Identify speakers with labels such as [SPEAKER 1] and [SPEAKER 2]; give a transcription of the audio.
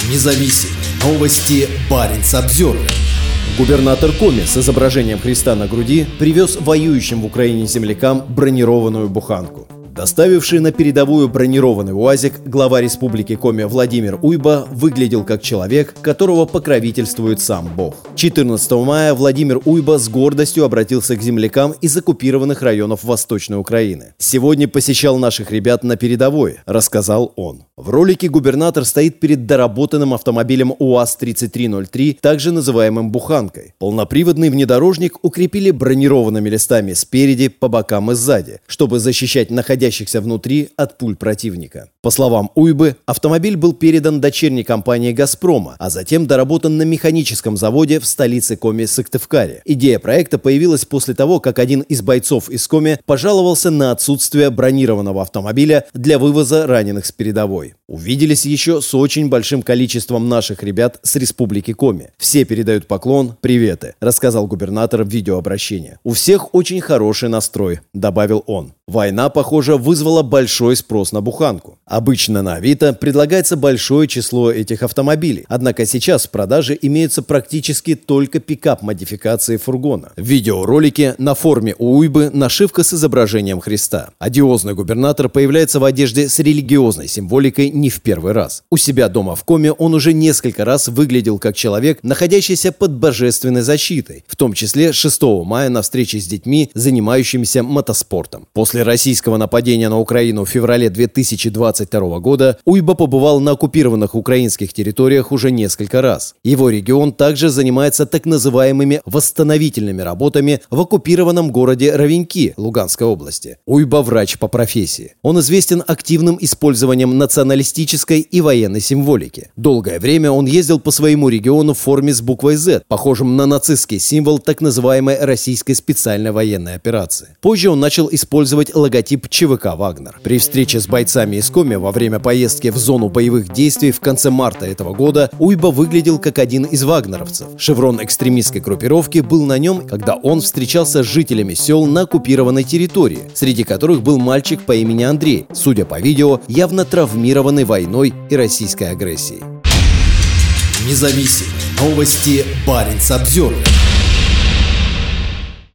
[SPEAKER 1] Независимые новости. Баренц-Обзервер.
[SPEAKER 2] Губернатор Коми с изображением Христа на груди привез воюющим в Украине землякам бронированную буханку. Доставивший на передовую бронированный УАЗик, глава республики Коми Владимир Уйба выглядел как человек, которого покровительствует сам Бог. 14 мая Владимир Уйба с гордостью обратился к землякам из оккупированных районов Восточной Украины. «Сегодня посещал наших ребят на передовой», – рассказал он. В ролике губернатор стоит перед доработанным автомобилем УАЗ-3303, также называемым «буханкой». Полноприводный внедорожник укрепили бронированными листами спереди, по бокам и сзади, чтобы защищать находящихся внутри от пуль противника. По словам Уйбы, автомобиль был передан дочерней компании «Газпрома», а затем доработан на механическом заводе в столице Коми Сыктывкаре. Идея проекта появилась после того, как один из бойцов из Коми пожаловался на отсутствие бронированного автомобиля для вывоза раненых с передовой. «Увиделись еще с очень большим количеством наших ребят с республики Коми. Все передают поклон, приветы», – рассказал губернатор в видеообращении. «У всех очень хороший настрой», – добавил он. Война, похоже, вызвала большой спрос на буханку. Обычно на Авито предлагается большое число этих автомобилей, однако сейчас в продаже имеются практически только пикап-модификации фургона. В видеоролике на форме у Уйбы нашивка с изображением Христа. Одиозный губернатор появляется в одежде с религиозной символикой не в первый раз. У себя дома в Коми он уже несколько раз выглядел как человек, находящийся под божественной защитой, в том числе 6 мая на встрече с детьми, занимающимися мотоспортом. После российского нападения на Украину в феврале 2022 года Уйба побывал на оккупированных украинских территориях уже несколько раз. Его регион также занимается так называемыми восстановительными работами в оккупированном городе Ровеньки Луганской области. Уйба – врач по профессии. Он известен активным использованием националистической и военной символики. Долгое время он ездил по своему региону в форме с буквой «Z», похожим на нацистский символ так называемой российской специальной военной операции. Позже он начал использовать логотип ЧВК «Вагнер». При встрече с бойцами из Коми во время поездки в зону боевых действий в конце марта этого года Уйба выглядел как один из вагнеровцев. Шеврон экстремистской группировки был на нем, когда он встречался с жителями сел на оккупированной территории, среди которых был мальчик по имени Андрей, судя по видео, явно травмированный войной и российской агрессией.
[SPEAKER 1] Независимые новости. Баренц-Обзервер.